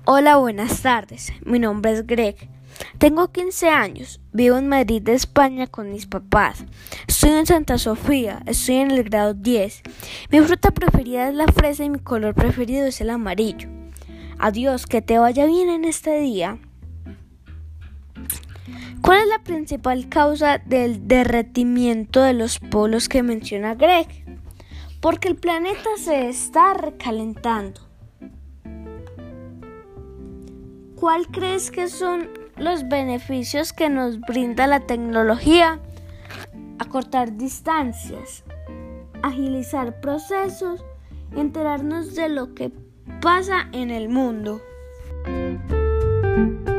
Hola, buenas tardes. Mi nombre es Greg. Tengo 15 años. Vivo en Madrid, España, con mis papás. Estudio en Santa Sofía. Estoy en el grado 10. Mi fruta preferida es la fresa y mi color preferido es el amarillo. Adiós, que te vaya bien en este día. ¿Cuál es la principal causa del derretimiento de los polos que menciona Greg? Porque el planeta se está recalentando. ¿Cuál crees que son los beneficios que nos brinda la tecnología? Acortar distancias, agilizar procesos, enterarnos de lo que pasa en el mundo.